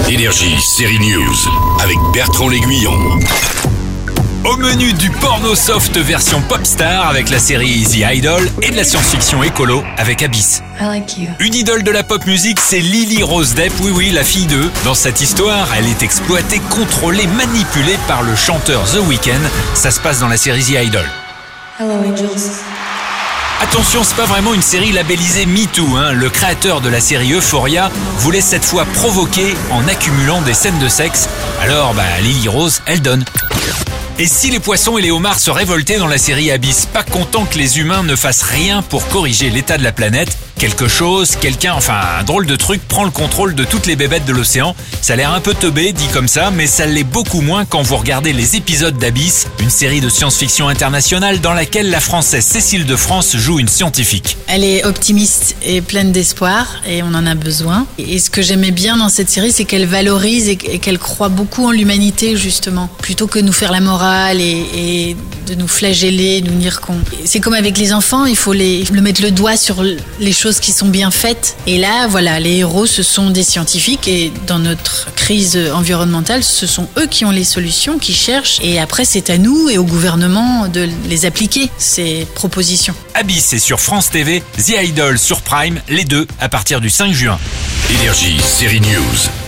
Énergie, série News, avec Bertrand L'Aiguillon. Au menu du porno soft version popstar avec la série The Idol et de la science-fiction écolo avec Abyss. Une idole de la pop music, c'est Lily Rose Depp, oui, la fille d'eux. Dans cette histoire, elle est exploitée, contrôlée, manipulée par le chanteur The Weeknd. Ça se passe dans la série The Idol. Hello Angels. Attention, c'est pas vraiment une série labellisée MeToo, Le créateur de la série Euphoria voulait cette fois provoquer en accumulant des scènes de sexe. Alors, Lily Rose, elle donne. Et si les poissons et les homards se révoltaient dans la série Abyss, pas content que les humains ne fassent rien pour corriger l'état de la planète, un drôle de truc prend le contrôle de toutes les bébêtes de l'océan. Ça a l'air un peu teubé, dit comme ça, mais ça l'est beaucoup moins quand vous regardez les épisodes d'Abyss, une série de science-fiction internationale dans laquelle la Française Cécile de France joue une scientifique. Elle est optimiste et pleine d'espoir, et on en a besoin. Et ce que j'aimais bien dans cette série, c'est qu'elle valorise et qu'elle croit beaucoup en l'humanité, justement. Plutôt que nous faire la morale et de nous flageller, nous dire qu'on... C'est comme avec les enfants, il faut le mettre le doigt sur les choses qui sont bien faites. Et là, voilà, les héros, ce sont des scientifiques, et dans notre crise environnementale, ce sont eux qui ont les solutions, qui cherchent, et après c'est à nous et au gouvernement de les appliquer, ces propositions. Abyss est sur France TV, The Idol sur Prime, les deux à partir du 5 juin. Énergie, série News.